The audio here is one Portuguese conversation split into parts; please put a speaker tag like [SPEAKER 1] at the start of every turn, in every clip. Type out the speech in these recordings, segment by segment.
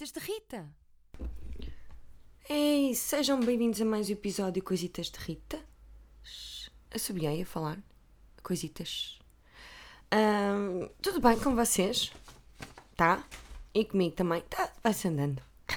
[SPEAKER 1] Coisitas de Rita.
[SPEAKER 2] Ei, sejam bem-vindos a mais um episódio Coisitas de Rita. Assobiei a falar. Coisitas. Tudo bem com vocês? Tá? E comigo também? Tá, vai-se andando.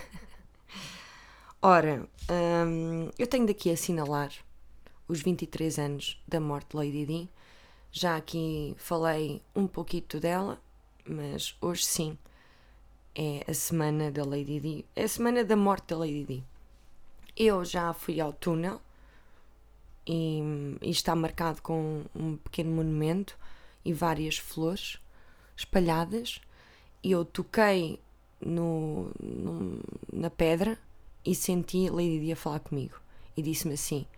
[SPEAKER 2] Ora, eu tenho daqui a assinalar os 23 anos da morte de Lady Di. Já aqui falei um pouquinho dela, mas hoje sim é a semana da Lady Di. É a semana da morte da Lady Di. Eu já fui ao túnel e está marcado com um pequeno monumento e várias flores espalhadas. E eu toquei na pedra e senti Lady Di a falar comigo. E disse-me assim: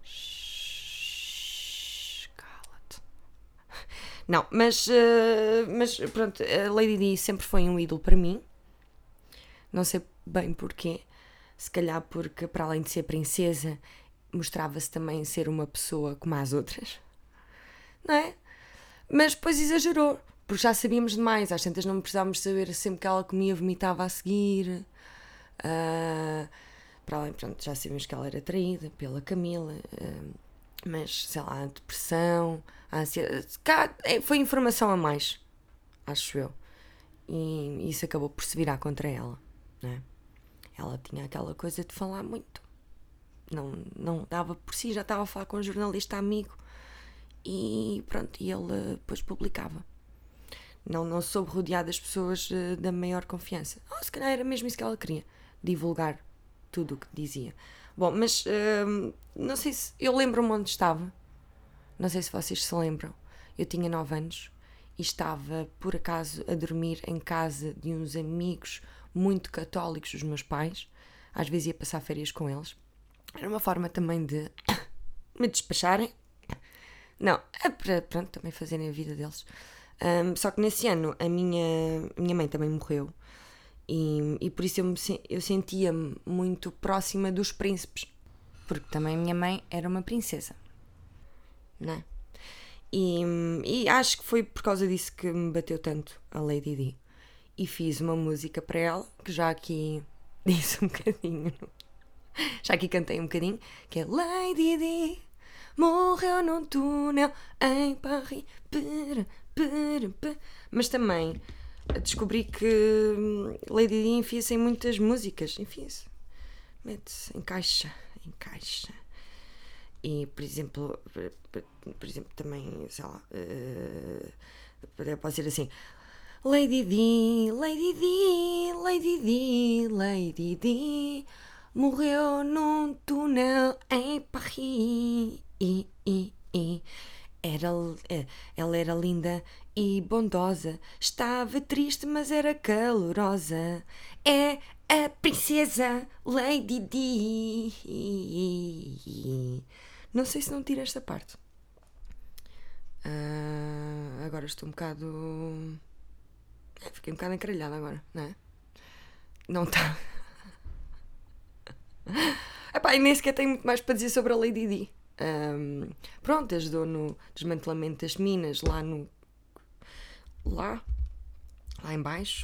[SPEAKER 2] cala-te. Não, mas pronto, a Lady Di sempre foi um ídolo para mim. Não sei bem porquê. Se calhar porque, para além de ser princesa, mostrava-se também ser uma pessoa como as outras. Não é? Mas depois exagerou, porque já sabíamos demais. Às tantas não precisávamos saber sempre que ela comia, vomitava a seguir. Para além, pronto, já sabíamos que ela era traída pela Camila. Mas, sei lá, a depressão, a ansiedade. Foi informação a mais, acho eu. E isso acabou por se virar contra ela, não é? Ela tinha aquela coisa de falar muito. Não dava por si, já estava a falar com um jornalista amigo. E pronto, e ele depois publicava. Não soube rodear das pessoas da maior confiança. Se calhar era mesmo isso que ela queria. Divulgar tudo o que dizia. Bom, mas não sei se... Eu lembro-me onde estava. Não sei se vocês se lembram. Eu tinha 9 anos e estava, por acaso, a dormir em casa de uns amigos muito católicos dos meus pais. Às vezes ia passar férias com eles. Era uma forma também de me despacharem. Não, é para, pronto, também fazerem a vida deles. Só que nesse ano a minha mãe também morreu. E por isso eu sentia-me muito próxima dos príncipes. Porque também a minha mãe era uma princesa. Não é? E acho que foi por causa disso que me bateu tanto a Lady Di. E fiz uma música para ela, que já aqui disse um bocadinho. Já aqui cantei um bocadinho, que é Lady Di morreu num túnel em Paris. Mas também descobri que Lady Di enfia-se em muitas músicas. Enfia-se. Mete-se, encaixa. E, por exemplo, também, sei lá, pode ser assim: Lady Di, Lady Di, Lady Di, Lady Di morreu num túnel em Paris. Ela era linda e bondosa, estava triste, mas era calorosa. É a princesa Lady Di. Não sei se não tiro esta parte. Agora estou um bocado... Fiquei um bocado encralhada agora, não é? Não está. E nem sequer tenho muito mais para dizer sobre a Lady Di. Pronto, ajudou no desmantelamento das minas lá em baixo.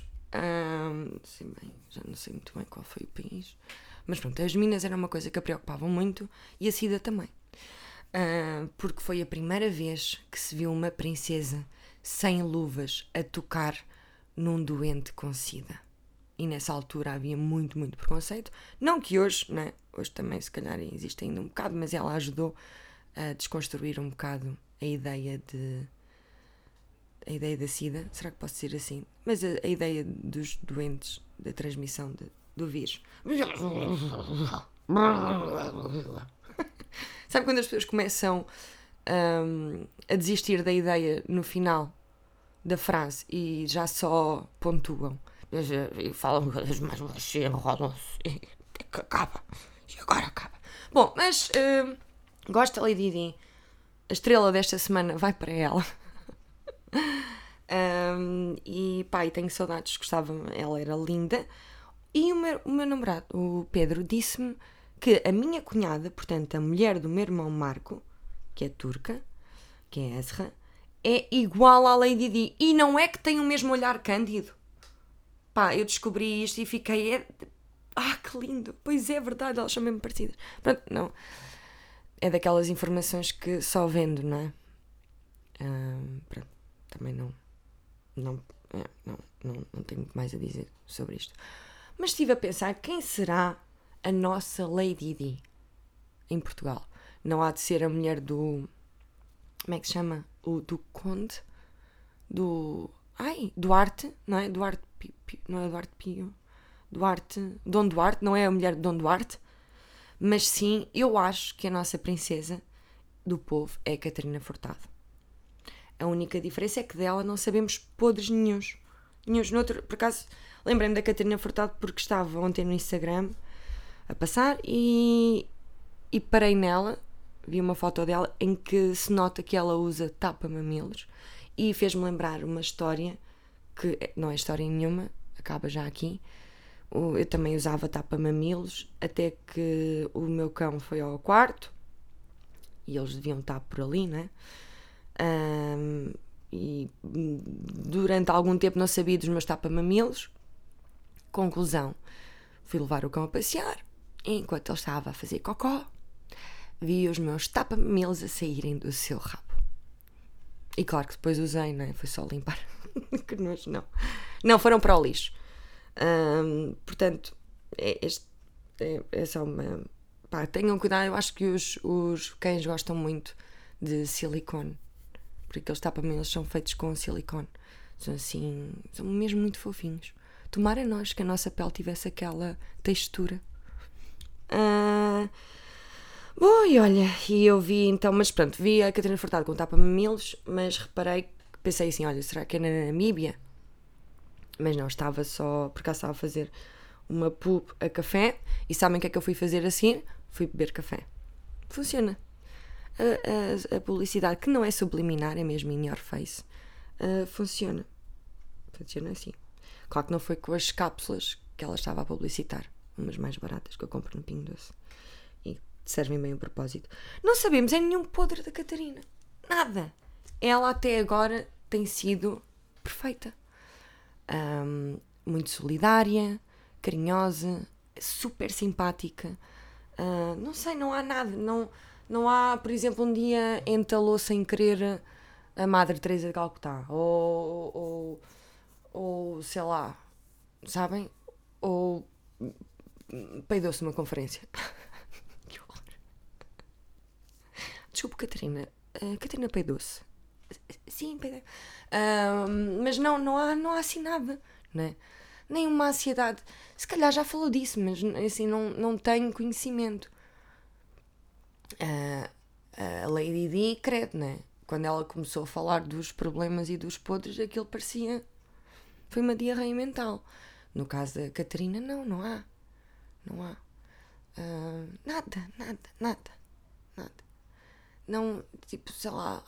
[SPEAKER 2] Já não sei muito bem qual foi o país. Mas pronto, as minas eram uma coisa que a preocupavam muito e a SIDA também. Porque foi a primeira vez que se viu uma princesa sem luvas a tocar num doente com SIDA. E nessa altura havia muito, muito preconceito. Não que hoje, né? Hoje também se calhar existe ainda um bocado, mas ela ajudou a desconstruir um bocado a ideia da SIDA. Será que posso dizer assim? Mas a ideia dos doentes, da transmissão do vírus. Sabe quando as pessoas começam a desistir da ideia no final da frase e já só pontuam e falam mais baixinho, enrolam-se e acaba. E agora acaba. Bom, mas gosto da Lady Di. A estrela desta semana vai para ela. E tenho saudades, gostava, ela era linda. E o meu namorado, o Pedro, disse-me que a minha cunhada, portanto a mulher do meu irmão Marco, que é turca, que é Ezra, é igual à Lady Di. E não é que tem o mesmo olhar cândido. Pá, eu descobri isto e fiquei... que lindo! Pois é verdade, elas são mesmo parecidas. Pronto, não. É daquelas informações que só vendo, não é? Pronto, também não tenho muito mais a dizer sobre isto. Mas estive a pensar, quem será a nossa Lady Di em Portugal? Não há de ser a mulher do... Como é que se chama? Do Conde? Duarte, não é? Duarte... Não é Duarte Pio? Dom Duarte, não é a mulher de Dom Duarte? Mas sim, eu acho que a nossa princesa do povo é a Catarina Furtado. A única diferença é que dela não sabemos podres nenhuns. Por acaso, lembrei-me da Catarina Furtado porque estava ontem no Instagram a passar e parei nela, vi uma foto dela em que se nota que ela usa tapa-mamilos e fez-me lembrar uma história que não é história nenhuma, acaba já aqui. Eu também usava tapa-mamilos até que o meu cão foi ao quarto e eles deviam estar por ali, né? E durante algum tempo não sabia dos meus tapa-mamilos. Conclusão, fui levar o cão a passear e enquanto ele estava a fazer cocó vi os meus tapa-mamilos a saírem do seu rabo. E claro que depois usei, não é? Foi só limpar. Que nojo, não, foram para o lixo. Portanto, é só uma... Pá, tenham cuidado, eu acho que os cães gostam muito de silicone, porque aqueles tapa-mamilos são feitos com silicone, são assim, são mesmo muito fofinhos. Tomara nós que a nossa pele tivesse aquela textura. Bom, e olha, e eu vi então, mas pronto, vi a Catarina Furtado com tapa-mamilos, mas reparei, pensei assim, olha, será que é na Namíbia? Mas não, estava só, por acaso estava a fazer uma pub a café, e sabem o que é que eu fui fazer assim? Fui beber café. Funciona. A publicidade, que não é subliminar, é mesmo in your face, funciona assim. Claro que não foi com as cápsulas que ela estava a publicitar, umas mais baratas que eu compro no Pingo Doce e servem bem o propósito. Não sabemos, é nenhum podre da Catarina, nada. Ela até agora tem sido perfeita, muito solidária, carinhosa, super simpática. Não sei, não há nada, não há, por exemplo, um dia entalou sem querer a Madre Teresa de Calcutá, ou sei lá, sabem? Ou peidou-se numa conferência. Que horror. Desculpe, Catarina. Catarina peidou-se. Sim, peidei. Mas não há assim nada, né? Nenhuma ansiedade. Se calhar já falou disso, mas assim não tenho conhecimento. A Lady Di, credo, né? Quando ela começou a falar dos problemas e dos podres, aquilo parecia... Foi uma diarreia mental. No caso da Catarina, não há. Nada. Não, tipo, sei lá,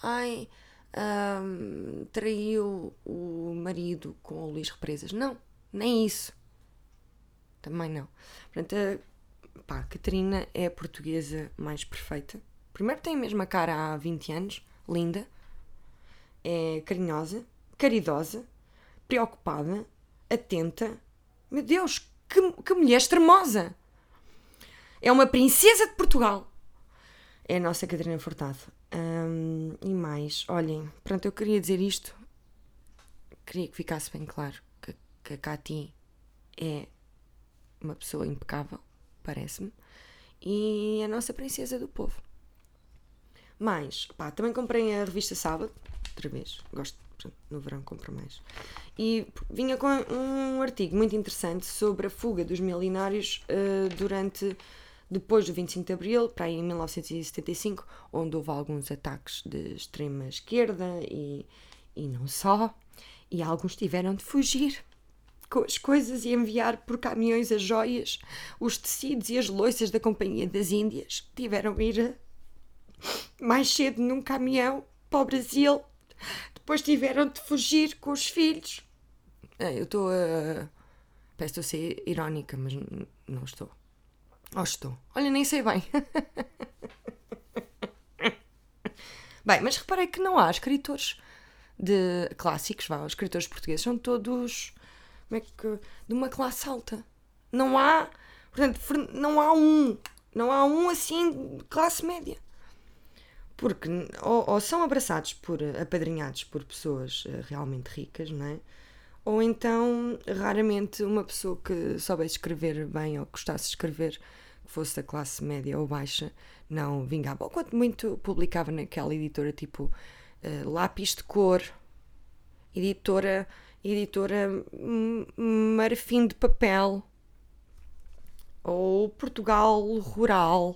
[SPEAKER 2] traiu o marido com o Luís Represas. Não, nem isso. Também não. Portanto, a Catarina é a portuguesa mais perfeita. Primeiro tem a mesma cara há 20 anos, linda, é carinhosa, caridosa, preocupada, atenta. Meu Deus, que mulher extremosa! É uma princesa de Portugal. É a nossa Catarina Furtado. E mais, olhem, pronto, eu queria dizer isto. Queria que ficasse bem claro que a Cati é uma pessoa impecável, parece-me, e a nossa princesa do povo. Mas, também comprei a revista Sábado, outra vez, gosto, no verão compro mais, e vinha com um artigo muito interessante sobre a fuga dos milionários depois do 25 de Abril, para aí em 1975, onde houve alguns ataques de extrema esquerda e não só, e alguns tiveram de fugir com as coisas e enviar por caminhões as joias, os tecidos e as louças da Companhia das Índias. Tiveram de ir mais cedo num caminhão para o Brasil. Depois tiveram de fugir com os filhos. Eu estou a... Peço a ser irónica, mas não estou. Ou estou. Olha, nem sei bem. Bem, mas reparei que não há escritores de clássicos, os escritores portugueses são todos Como é que... De uma classe alta. Não há... Portanto, não há um assim de classe média. Porque ou são abraçados apadrinhados por pessoas realmente ricas, não é? Ou então, raramente, uma pessoa que soubesse escrever bem ou que gostasse de escrever, que fosse da classe média ou baixa, não vingava. Ou quanto muito publicava naquela editora tipo Lápis de Cor, editora Marfim de Papel, ou Portugal Rural.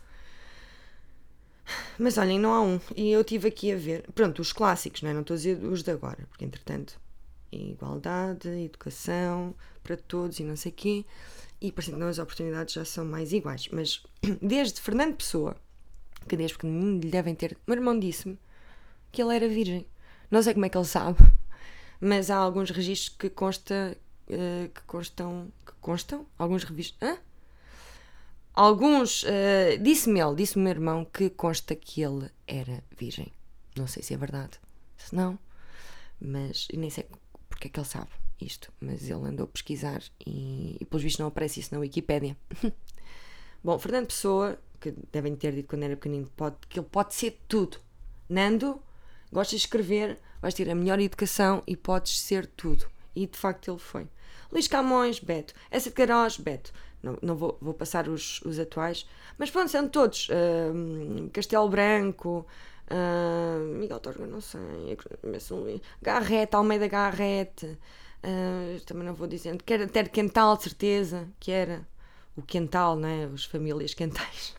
[SPEAKER 2] Mas olhem, não há um. E eu estive aqui a ver. Pronto, os clássicos, não é? Não estou a dizer os de agora, porque entretanto, igualdade, educação para todos e não sei o quê. E parece que não, as oportunidades já são mais iguais. Mas desde Fernando Pessoa, que desde pequenino lhe devem ter. Meu irmão disse-me que ele era virgem. Não sei como é que ele sabe, mas há alguns registros que constam. Alguns registros. Hã? Alguns, disse-me o meu irmão, que consta que ele era virgem. Não sei se é verdade, se não, mas nem sei porque é que ele sabe isto, mas ele andou a pesquisar e pelos vistos não aparece isso na Wikipédia. Bom, Fernando Pessoa, que devem ter dito quando era pequenino, que ele pode ser tudo. Nando, gostas de escrever, vais ter a melhor educação e podes ser tudo. E de facto ele foi. Luís Camões, Beto. Essa de Queiroz, Beto. Não vou passar os atuais, mas pronto, são todos. Castelo Branco, Miguel Torga, não sei, Garrete, Almeida Garrete, também não vou dizendo, que era Ter Quental, de certeza, que era o Quental, né? As famílias Quentais.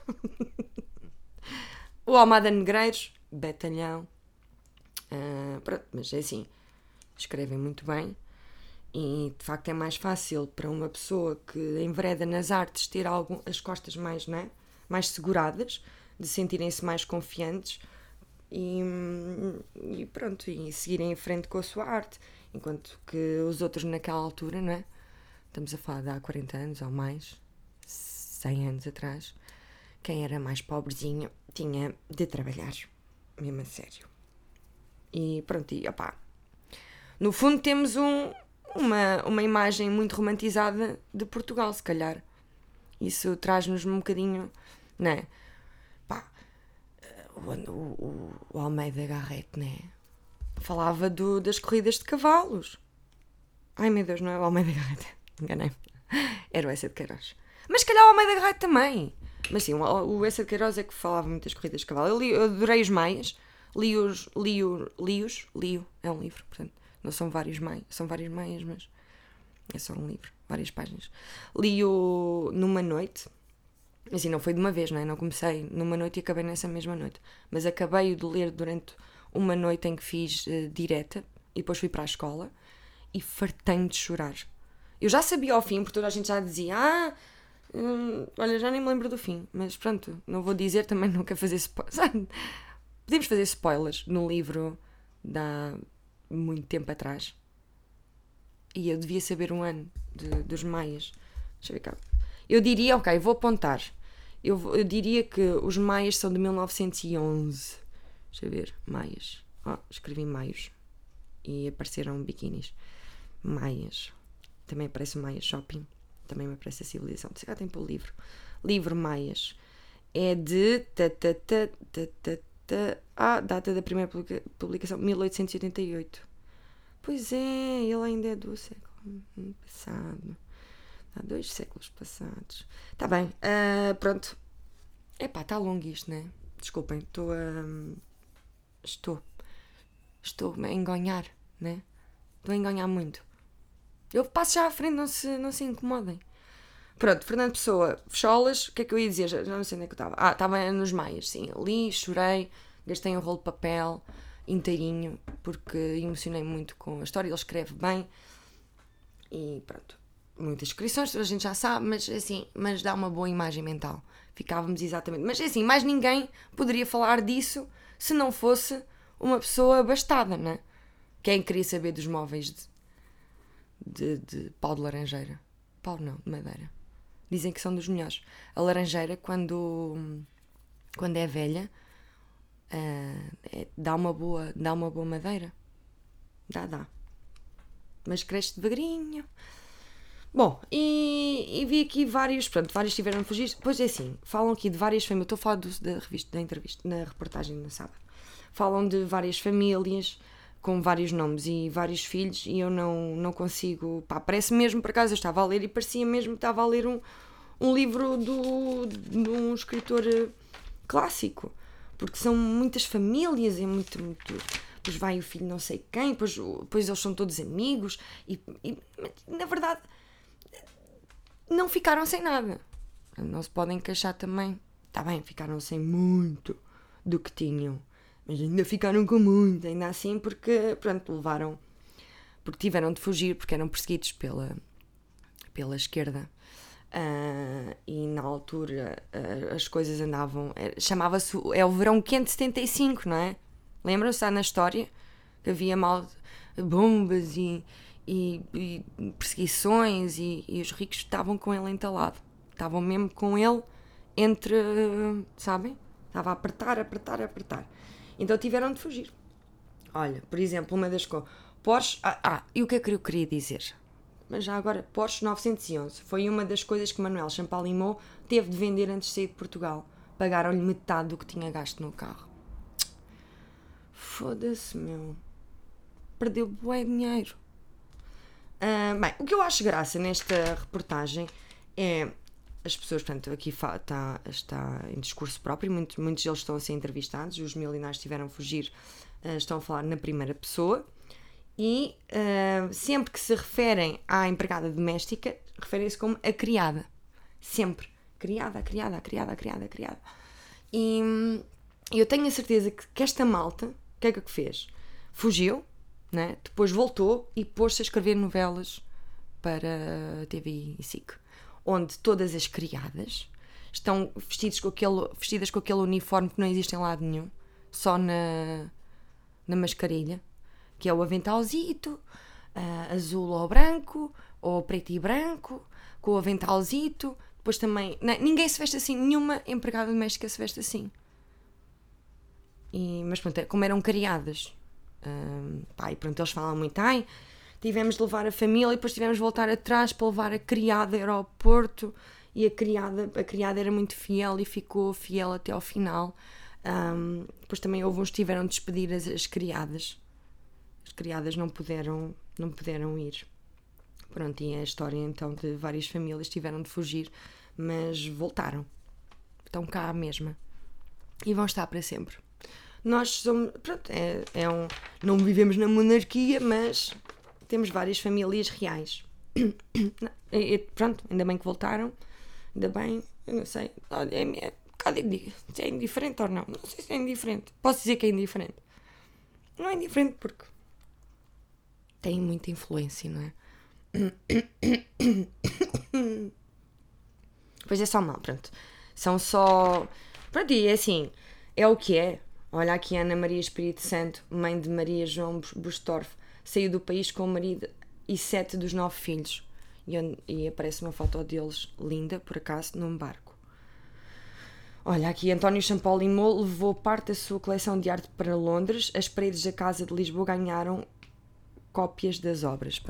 [SPEAKER 2] O Almada Negreiros, Betalhão, pronto, mas é assim, escrevem muito bem. E de facto é mais fácil para uma pessoa que envereda nas artes ter as costas mais, né, mais seguradas, de sentirem-se mais confiantes e pronto, e seguirem em frente com a sua arte. Enquanto que os outros naquela altura, não é? Estamos a falar de há 40 anos ou mais, 100 anos atrás, quem era mais pobrezinho tinha de trabalhar, mesmo a sério. E pronto, e opá, no fundo temos uma imagem muito romantizada de Portugal, se calhar. Isso traz-nos um bocadinho, não é? Pá, o Almeida Garrett, né? Falava das corridas de cavalos. Ai meu Deus, não é o Almeida Garrett. Enganei-me. Era o Essa de Queiroz. Mas se calhar o Almeida Garrett também. Mas sim, o Essa de Queiroz é que falava muito das corridas de cavalo. Eu adorei os Maias. Li, é um livro, portanto. Não são vários maias, mas é só um livro, várias páginas. Li-o numa noite, assim, não foi de uma vez, não é? Não comecei numa noite e acabei nessa mesma noite. Mas acabei de ler durante uma noite em que fiz direta e depois fui para a escola e fartei-me de chorar. Eu já sabia ao fim, porque toda a gente já dizia, olha, já nem me lembro do fim, mas pronto, não vou dizer, também não quero fazer spoilers. Podemos fazer spoilers no livro da muito tempo atrás. E eu devia saber um ano dos Maias. Deixa eu ver cá. Eu diria, ok, vou apontar. Eu diria que os Maias são de 1911. Deixa eu ver, Maias. Escrevi Maios. E apareceram biquinis. Maias. Também aparece o Maia Shopping. Também me aparece a Civilização. Se calhar tem para o livro. Livro Maias. É de... data da primeira publicação, 1888. Pois é, ele ainda é do século passado. Há 2 séculos passados. Está bem, pronto. Epá, está longo isto, né? Desculpem, estou a engonhar, né? Estou a engonhar muito. Eu passo já à frente, não se incomodem. Pronto, Fernando Pessoa, fecholas, o que é que eu ia dizer? Já não sei onde é que eu estava. Estava nos Maias, sim. Li, chorei, gastei um rolo de papel inteirinho, porque emocionei muito com a história. Ele escreve bem e pronto. Muitas descrições, toda a gente já sabe, mas dá uma boa imagem mental. Ficávamos exatamente. Mas assim, mais ninguém poderia falar disso se não fosse uma pessoa abastada, não é? Quem queria saber dos móveis de pau de laranjeira? Pau não, de madeira. Dizem que são dos melhores. A laranjeira, quando é velha, dá uma boa madeira. Dá. mas cresce devagarinho. Bom, e vi aqui vários tiveram de fugir. Pois é assim, falam aqui de várias famílias. Estou a falar da entrevista, na reportagem na sábado. Falam de várias famílias com vários nomes e vários filhos, e eu não consigo. Pá, parece mesmo, por acaso eu estava a ler e parecia mesmo que estava a ler um livro de um escritor clássico, porque são muitas famílias, é muito. Depois vai o filho não sei quem, depois eles são todos amigos, e na verdade não ficaram sem nada. Não se podem queixar também. Está bem, ficaram sem muito do que tinham, mas ainda ficaram com muito, ainda assim, porque, pronto, levaram, porque tiveram de fugir, porque eram perseguidos pela esquerda. E na altura as coisas andavam, chamava-se, é o verão quente de 75, não é? Lembram-se, está na história, que havia bombas e perseguições, e os ricos estavam com ele entalado, estavam mesmo com ele entre, sabem? Estava a apertar. Então tiveram de fugir. Olha, por exemplo, uma das coisas, Porsche, e o que é que eu queria dizer? Mas já agora, Porsche 911 foi uma das coisas que Manuel Champalimau teve de vender antes de sair de Portugal. Pagaram-lhe metade do que tinha gasto no carro. Foda-se, meu. Perdeu bué dinheiro. Bem, o que eu acho graça nesta reportagem é as pessoas, portanto, aqui está em discurso próprio, muitos deles estão a ser entrevistados, os milionários tiveram a fugir, estão a falar na primeira pessoa, e sempre que se referem à empregada doméstica, referem-se como a criada. Sempre. Criada. E eu tenho a certeza que esta malta, o que é que fez? Fugiu, né? Depois voltou e pôs-se a escrever novelas para a TV e SIC, onde todas as criadas estão vestidas com aquele uniforme que não existe em lado nenhum, só na mascarilha, que é o aventalzito, azul ou branco, ou preto e branco, com o aventalzito. Depois também, ninguém se veste assim, nenhuma empregada doméstica se veste assim. Mas pronto, como eram criadas, e pronto, eles falam muito, tivemos de levar a família e depois tivemos de voltar atrás para levar a criada ao aeroporto, e a criada era muito fiel e ficou fiel até ao final. Depois também houve uns que tiveram de despedir as criadas. As criadas não puderam ir. Pronto, e é a história então de várias famílias que tiveram de fugir, mas voltaram. Estão cá à mesma. E vão estar para sempre. Nós somos, pronto, não vivemos na monarquia, mas temos várias famílias reais. Pronto, ainda bem que voltaram. Ainda bem, eu não sei. Se é indiferente ou não. Não sei se é indiferente. Posso dizer que é indiferente. Não é indiferente porque tem muita influência, não é? Pois é só mal, pronto. São só... Pronto, e é assim, é o que é. Olha aqui a Ana Maria Espírito Santo, mãe de Maria João Bustorff, saiu do país com o marido e 7 dos 9 filhos. E aparece uma foto deles, linda, por acaso, num barco. Olha, aqui António Champalimau levou parte da sua coleção de arte para Londres. As paredes da Casa de Lisboa ganharam cópias das obras.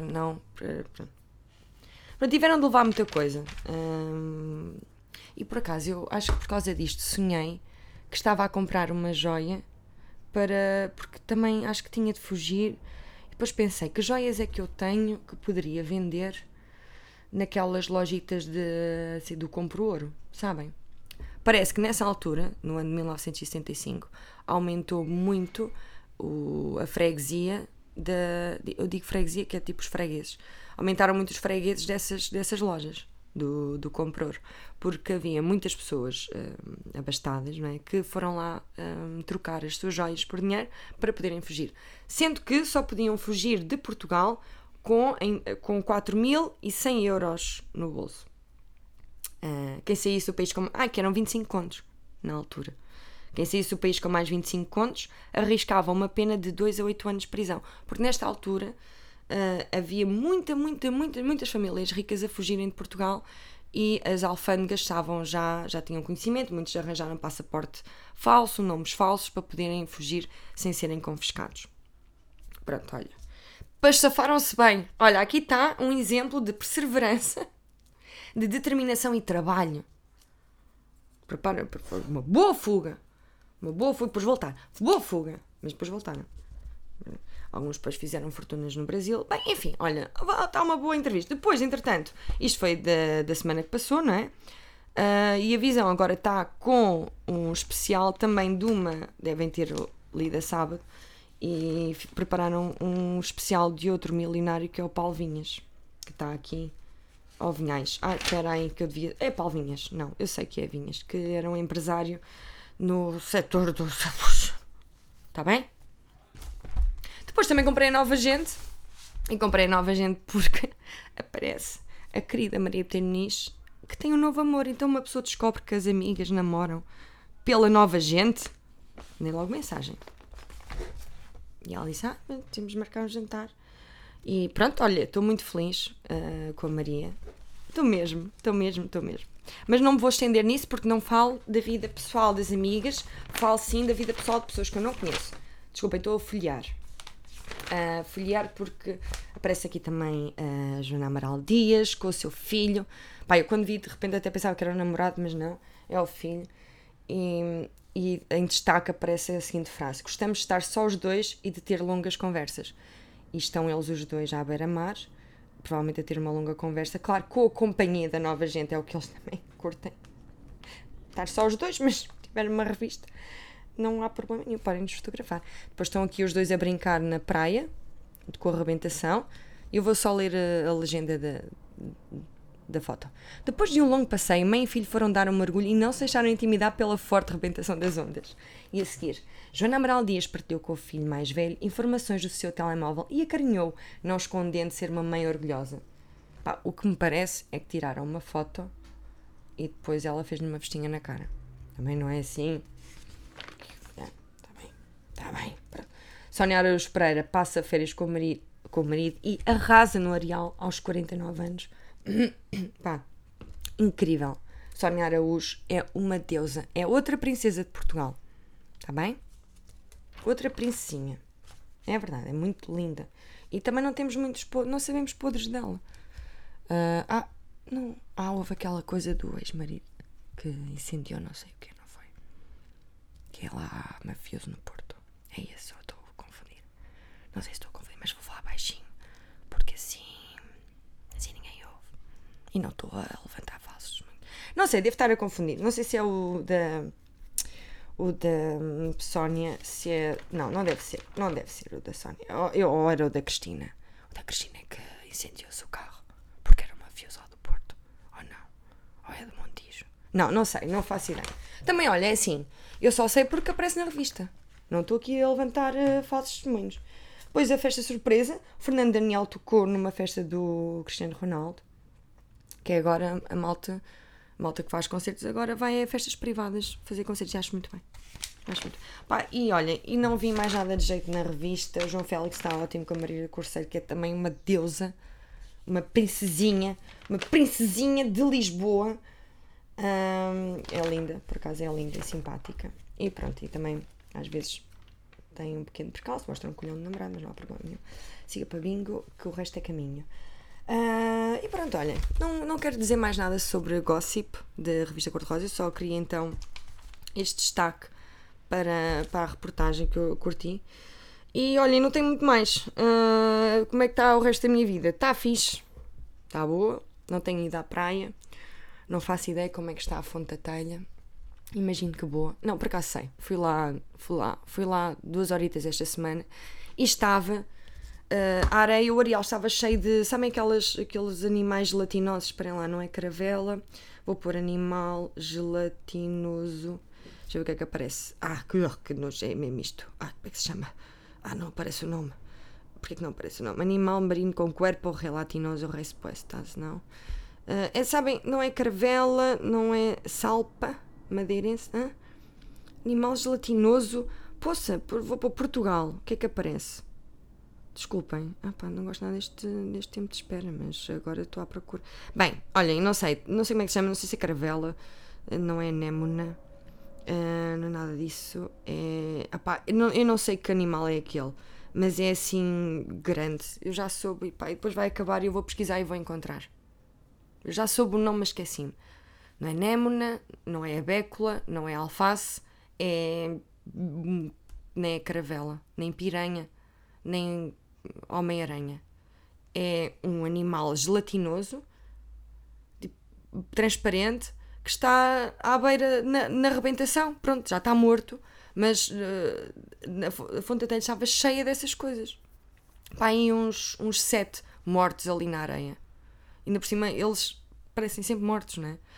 [SPEAKER 2] Tiveram de levar muita coisa. E por acaso, eu acho que por causa disto sonhei que estava a comprar uma joia porque também acho que tinha de fugir. E depois pensei, que joias é que eu tenho que poderia vender naquelas lojitas do Compro Ouro, sabem? Parece que nessa altura, no ano de 1975, aumentou muito a freguesia eu digo freguesia, que é tipo os fregueses. Aumentaram muito os fregueses dessas lojas do Compro Ouro, porque havia muitas pessoas abastadas, não é, que foram lá trocar as suas joias por dinheiro para poderem fugir. Sendo que só podiam fugir de Portugal com 4.100 euros no bolso. Quem saísse do país que eram 25 contos na altura. Quem saísse do país com mais 25 contos arriscava uma pena de 2 a 8 anos de prisão. Porque nesta altura havia muitas famílias ricas a fugirem de Portugal, e as alfândegas já tinham conhecimento, muitos arranjaram passaporte falso, nomes falsos, para poderem fugir sem serem confiscados. Pronto, olha. Mas safaram-se bem. Olha, aqui está um exemplo de perseverança, de determinação e trabalho. Prepara uma boa fuga. Uma boa fuga, depois voltar. Boa fuga. Mas depois voltaram. Alguns depois fizeram fortunas no Brasil. Bem, enfim, olha, está uma boa entrevista. Depois, entretanto, isto foi da semana que passou, não é? E a Visão agora está com um especial também de uma, devem ter lido a sábado, e prepararam um especial de outro milionário que é o Paulo Vinhas, que está aqui, ao Vinhais. Espera aí que eu devia... É Paulo Vinhas, não, eu sei que é Vinhas, que era um empresário no setor dos... Está bem? Depois também comprei a Nova Gente, e comprei a Nova Gente porque aparece a querida Maria Peter Muniz, que tem um novo amor. Então uma pessoa descobre que as amigas namoram pela Nova Gente, nem logo mensagem. E ela disse, temos de marcar um jantar. E pronto, olha, estou muito feliz com a Maria. Estou mesmo. Mas não me vou estender nisso porque não falo da vida pessoal das amigas, falo sim da vida pessoal de pessoas que eu não conheço. Desculpem, estou a folhear. Folhear porque aparece aqui também a Joana Amaral Dias com o seu filho. Eu quando vi de repente até pensava que era o namorado, mas não, é o filho. E em destaque aparece a seguinte frase: gostamos de estar só os dois e de ter longas conversas. E estão eles os dois à beira-mar, provavelmente a ter uma longa conversa, claro, com a companhia da Nova Gente, é o que eles também curtem. Estar só os dois, mas se tiver uma revista não há problema nenhum, podem-nos fotografar. Depois estão aqui os dois a brincar na praia, com a arrebentação. Eu vou só ler a legenda da foto. Depois de um longo passeio, mãe e filho foram dar um mergulho e não se deixaram intimidar pela forte rebentação das ondas. E a seguir, Joana Amaral Dias partilhou com o filho mais velho informações do seu telemóvel e acarinhou, não escondendo ser uma mãe orgulhosa. O que me parece é que tiraram uma foto e depois ela fez-lhe uma vestinha na cara. Também não é assim... Está bem. Sónia Araújo Pereira passa férias com o marido e arrasa no Areal aos 49 anos. Incrível. Sónia Araújo é uma deusa. É outra princesa de Portugal. Está bem? Outra princesinha. É verdade, é muito linda. E também não temos muitos podres, não sabemos podres dela. Houve aquela coisa do ex-marido que incendiou não sei o que, não foi? Que é lá mafioso no Porto. É isso, eu estou a confundir. Não sei se estou a confundir, mas vou falar baixinho. Porque assim ninguém ouve. E não estou a levantar falsos. Não sei, devo estar a confundir. Não sei se é o da Sónia, se é... Não deve ser. Não deve ser o da Sónia. Ou era o da Cristina. O da Cristina é que incendiou-se o carro. Porque era um mafioso lá do Porto. Ou não? Ou é do Montijo? Não sei, não faço ideia. Também, olha, é assim. Eu só sei porque aparece na revista. Não estou aqui a levantar falsos testemunhos. Depois a festa surpresa. O Fernando Daniel tocou numa festa do Cristiano Ronaldo. Que é agora a malta que faz concertos agora vai a festas privadas fazer concertos. Acho muito bem. E olha, e não vi mais nada de jeito na revista. O João Félix está ótimo com a Maria Corceiro, que é também uma deusa. Uma princesinha de Lisboa. É linda, por acaso é linda e simpática. E pronto, e também às vezes tem um pequeno percalço, mostra um colhão de namorado, mas não há problema nenhum. Siga para bingo, que o resto é caminho. E pronto, olha, não quero dizer mais nada sobre Gossip da revista Cor-de-Rosa, eu só queria então este destaque para a reportagem que eu curti. E olhem, não tem muito mais. Como é que está o resto da minha vida? Está fixe, está boa, não tenho ido à praia, não faço ideia como é que está a Fonte da Telha. Imagino que boa. Não, por acaso sei. Fui lá 2 horitas esta semana e estava a areia, o areal estava cheio de... Sabem aqueles animais gelatinosos? Esperem lá, não é caravela. Vou pôr animal gelatinoso. Deixa eu ver o que é que aparece. Que nojo, é mesmo isto. Como é que se chama? Não aparece o nome. Porquê que não aparece o nome? Animal marinho com cuerpo gelatinoso respuestas, não? Sabem, não é caravela, não é salpa madeirense, animal gelatinoso. Poça, vou para Portugal. O que é que aparece? Desculpem, não gosto nada deste tempo de espera, mas agora estou à procura. Bem, olhem, não sei como é que se chama, não sei se é caravela, não é anémona, não é nada disso. Eu não sei que animal é aquele, mas é assim grande. Eu já soube, e pá, e depois vai acabar e eu vou pesquisar e vou encontrar. Eu já soube o nome, mas esqueci-me. Não é némona, não é abécula, não é alface, nem é caravela, nem piranha, nem homem-aranha. É um animal gelatinoso, tipo, transparente, que está à beira na arrebentação. Pronto, já está morto, mas a fonte até estava cheia dessas coisas. Pá, aí uns 7 mortos ali na areia. Ainda por cima, eles parecem sempre mortos, não é?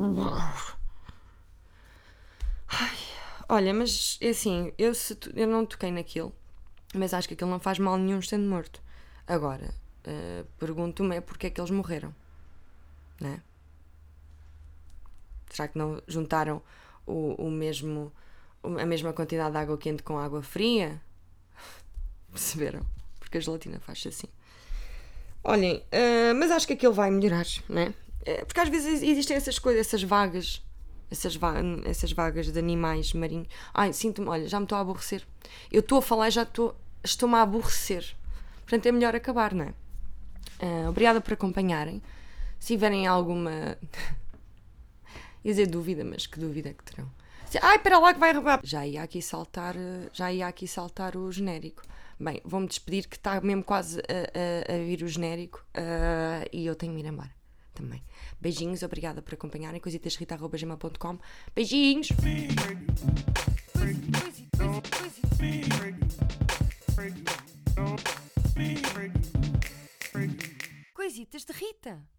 [SPEAKER 2] Ai, olha, mas é assim, eu não toquei naquilo, mas acho que aquilo não faz mal nenhum estando morto. Agora, pergunto-me é porque é que eles morreram, não é? Será que não juntaram a mesma quantidade de água quente com água fria? Perceberam? Porque a gelatina faz assim. Olhem, mas acho que aquilo vai melhorar, não é? Porque às vezes existem essas coisas, essas vagas de animais marinhos. Ai, sinto-me, olha, já me estou a aborrecer. Eu estou a falar e já estou-me a aborrecer. Portanto, é melhor acabar, não é? Obrigada por acompanharem. Se tiverem alguma... ia dizer dúvida, mas que dúvida que terão? Ai, espera lá que vai roubar. Já ia aqui saltar o genérico. Bem, vou-me despedir que está mesmo quase a vir o genérico e eu tenho de ir embora também. Beijinhos, obrigada por acompanharem. coisitasrita@gmail.com. Beijinhos! Coisitas de Rita.